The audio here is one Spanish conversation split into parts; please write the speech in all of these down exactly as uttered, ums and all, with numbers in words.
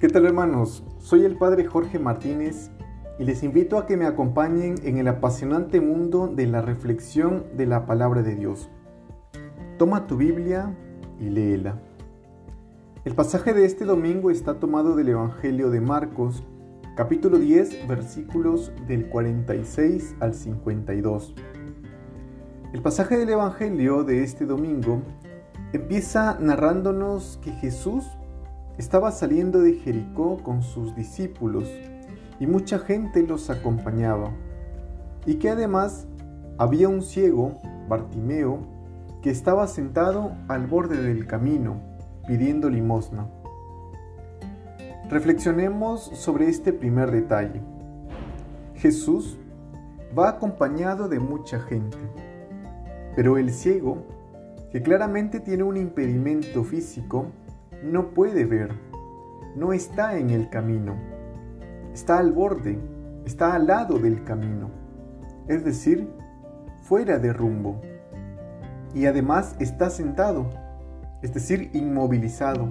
¿Qué tal, hermanos? Soy el Padre Jorge Martínez y les invito a que me acompañen en el apasionante mundo de la reflexión de la Palabra de Dios. Toma tu Biblia y léela. El pasaje de este domingo está tomado del Evangelio de Marcos, capítulo diez, versículos del cuarenta y seis al cincuenta y dos. El pasaje del Evangelio de este domingo empieza narrándonos que Jesús estaba saliendo de Jericó con sus discípulos y mucha gente los acompañaba, y que además había un ciego, Bartimeo, que estaba sentado al borde del camino pidiendo limosna. Reflexionemos sobre este primer detalle. Jesús va acompañado de mucha gente, pero el ciego, que claramente tiene un impedimento físico, no puede ver, no está en el camino, está al borde, está al lado del camino, es decir, fuera de rumbo. Y además está sentado, es decir, inmovilizado.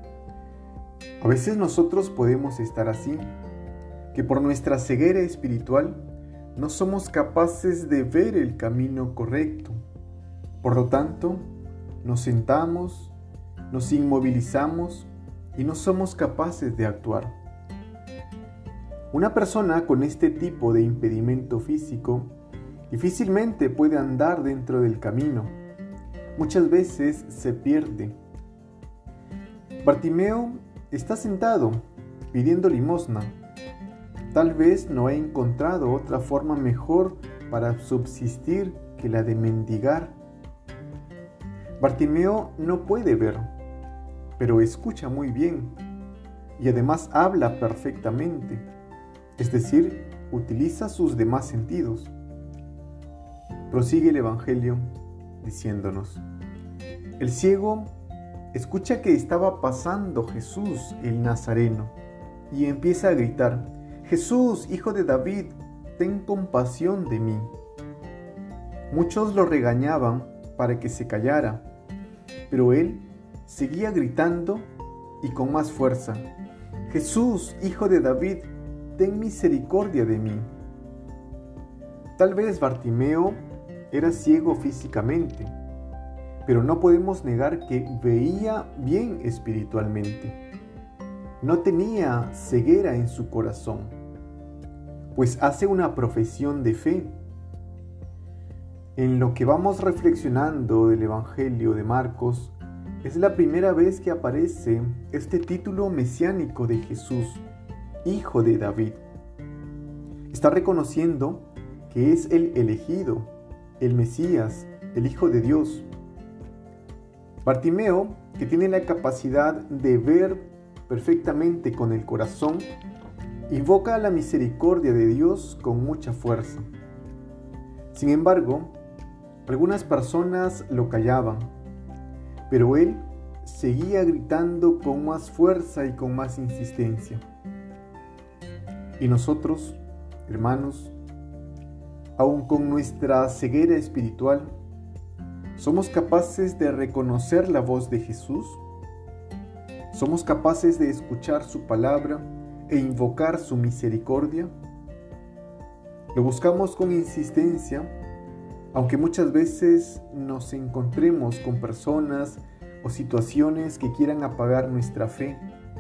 A veces nosotros podemos estar así, que por nuestra ceguera espiritual no somos capaces de ver el camino correcto. Por lo tanto, nos sentamos, nos inmovilizamos y no somos capaces de actuar. Una persona con este tipo de impedimento físico difícilmente puede andar dentro del camino. Muchas veces se pierde. Bartimeo está sentado pidiendo limosna. Tal vez no ha encontrado otra forma mejor para subsistir que la de mendigar. Bartimeo no puede ver, pero escucha muy bien y además habla perfectamente, es decir, utiliza sus demás sentidos. Prosigue el Evangelio diciéndonos: el ciego escucha que estaba pasando Jesús el Nazareno y empieza a gritar: Jesús, hijo de David, ten compasión de mí. Muchos lo regañaban para que se callara, pero él seguía gritando y con más fuerza: Jesús, hijo de David, ten misericordia de mí. Tal vez Bartimeo era ciego físicamente, pero no podemos negar que veía bien espiritualmente. No tenía ceguera en su corazón, pues hace una profesión de fe. En lo que vamos reflexionando del Evangelio de Marcos, es la primera vez que aparece este título mesiánico de Jesús, Hijo de David. Está reconociendo que es el elegido, el Mesías, el Hijo de Dios. Bartimeo, que tiene la capacidad de ver perfectamente con el corazón, invoca la misericordia de Dios con mucha fuerza. Sin embargo, algunas personas lo callaban, pero él seguía gritando con más fuerza y con más insistencia. Y nosotros, hermanos, aun con nuestra ceguera espiritual, ¿somos capaces de reconocer la voz de Jesús? ¿Somos capaces de escuchar su palabra e invocar su misericordia? Lo buscamos con insistencia, aunque muchas veces nos encontremos con personas o situaciones que quieran apagar nuestra fe.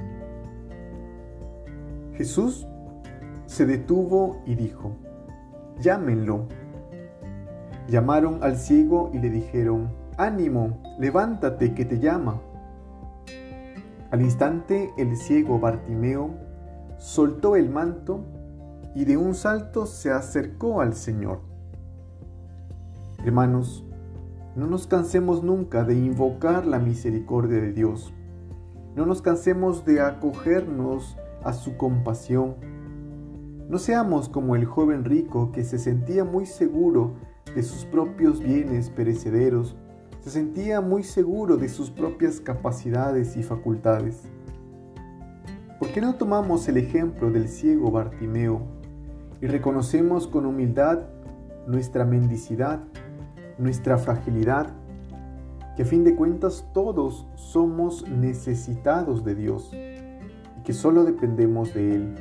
Jesús se detuvo y dijo: llámenlo. Llamaron al ciego y le dijeron: ánimo, levántate, que te llama. Al instante el ciego Bartimeo soltó el manto y de un salto se acercó al Señor. Hermanos, no nos cansemos nunca de invocar la misericordia de Dios. No nos cansemos de acogernos a su compasión. No seamos como el joven rico que se sentía muy seguro de sus propios bienes perecederos, se sentía muy seguro de sus propias capacidades y facultades. ¿Por qué no tomamos el ejemplo del ciego Bartimeo y reconocemos con humildad nuestra mendicidad, nuestra fragilidad, que a fin de cuentas todos somos necesitados de Dios y que solo dependemos de Él.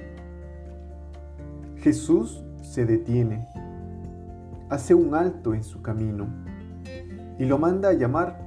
Jesús se detiene, hace un alto en su camino y lo manda a llamar.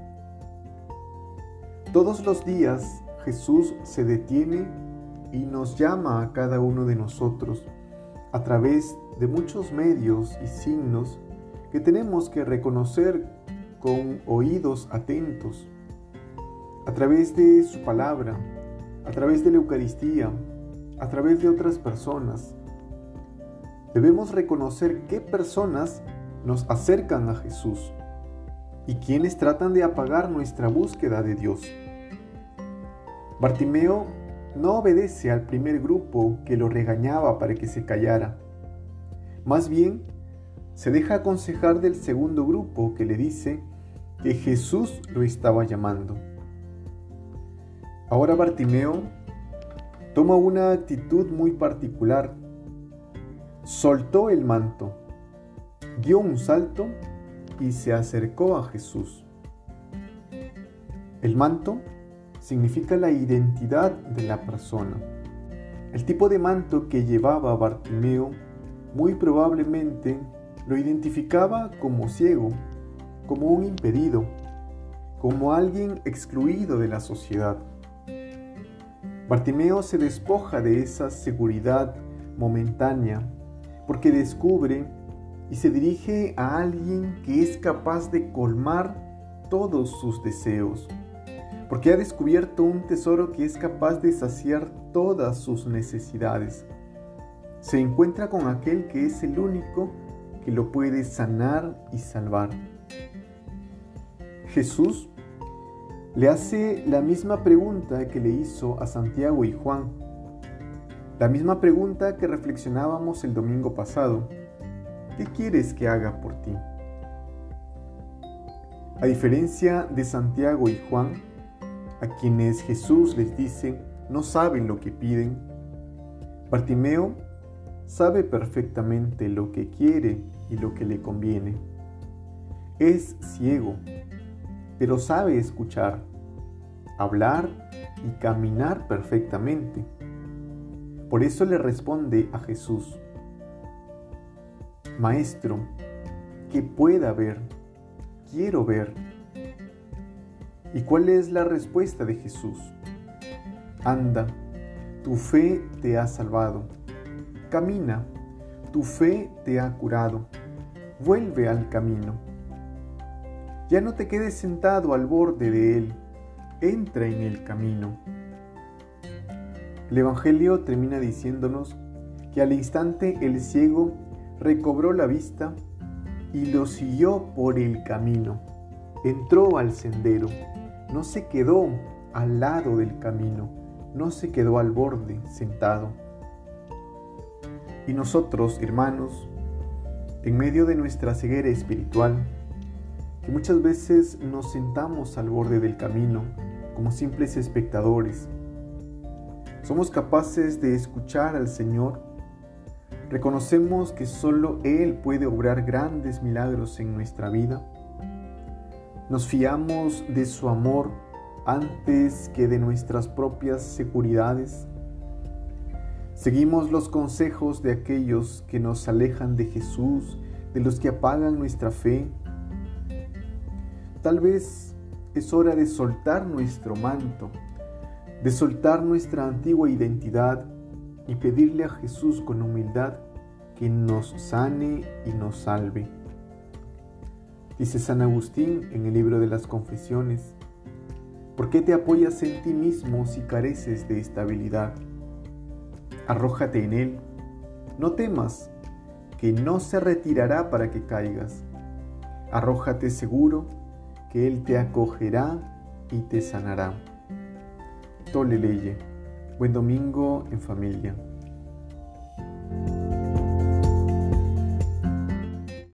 Todos los días Jesús se detiene y nos llama a cada uno de nosotros a través de muchos medios y signos que tenemos que reconocer con oídos atentos, a través de su palabra, a través de la Eucaristía, a través de otras personas. Debemos reconocer qué personas nos acercan a Jesús y quienes tratan de apagar nuestra búsqueda de Dios. Bartimeo no obedece al primer grupo que lo regañaba para que se callara. Más bien, se deja aconsejar del segundo grupo que le dice que Jesús lo estaba llamando. Ahora Bartimeo toma una actitud muy particular. Soltó el manto, dio un salto y se acercó a Jesús. El manto significa la identidad de la persona. El tipo de manto que llevaba Bartimeo muy probablemente lo identificaba como ciego, como un impedido, como alguien excluido de la sociedad. Bartimeo se despoja de esa seguridad momentánea porque descubre y se dirige a alguien que es capaz de colmar todos sus deseos, porque ha descubierto un tesoro que es capaz de saciar todas sus necesidades. Se encuentra con aquel que es el único que lo puede sanar y salvar. Jesús le hace la misma pregunta que le hizo a Santiago y Juan, la misma pregunta que reflexionábamos el domingo pasado. ¿Qué quieres que haga por ti? A diferencia de Santiago y Juan, a quienes Jesús les dice no saben lo que piden, Bartimeo sabe perfectamente lo que quiere y lo que le conviene. Es ciego, pero sabe escuchar, hablar y caminar perfectamente. Por eso le responde a Jesús: Maestro, que pueda ver, quiero ver. ¿Y cuál es la respuesta de Jesús? Anda, tu fe te ha salvado. Camina, tu fe te ha curado. Vuelve al camino. Ya no te quedes sentado al borde de él. Entra en el camino. El Evangelio termina diciéndonos que al instante el ciego recobró la vista y lo siguió por el camino. Entró al sendero, no se quedó al lado del camino, no se quedó al borde sentado. Y nosotros, hermanos, en medio de nuestra ceguera espiritual, que muchas veces nos sentamos al borde del camino como simples espectadores, somos capaces de escuchar al Señor. Reconocemos que solo Él puede obrar grandes milagros en nuestra vida. Nos fiamos de su amor antes que de nuestras propias seguridades. Seguimos los consejos de aquellos que nos alejan de Jesús, de los que apagan nuestra fe. Tal vez es hora de soltar nuestro manto, de soltar nuestra antigua identidad y pedirle a Jesús con humildad que nos sane y nos salve. Dice San Agustín en el libro de las Confesiones: ¿por qué te apoyas en ti mismo si careces de estabilidad? Arrójate en Él, no temas, que no se retirará para que caigas. Arrójate seguro, que Él te acogerá y te sanará. Tole leye. Buen domingo en familia.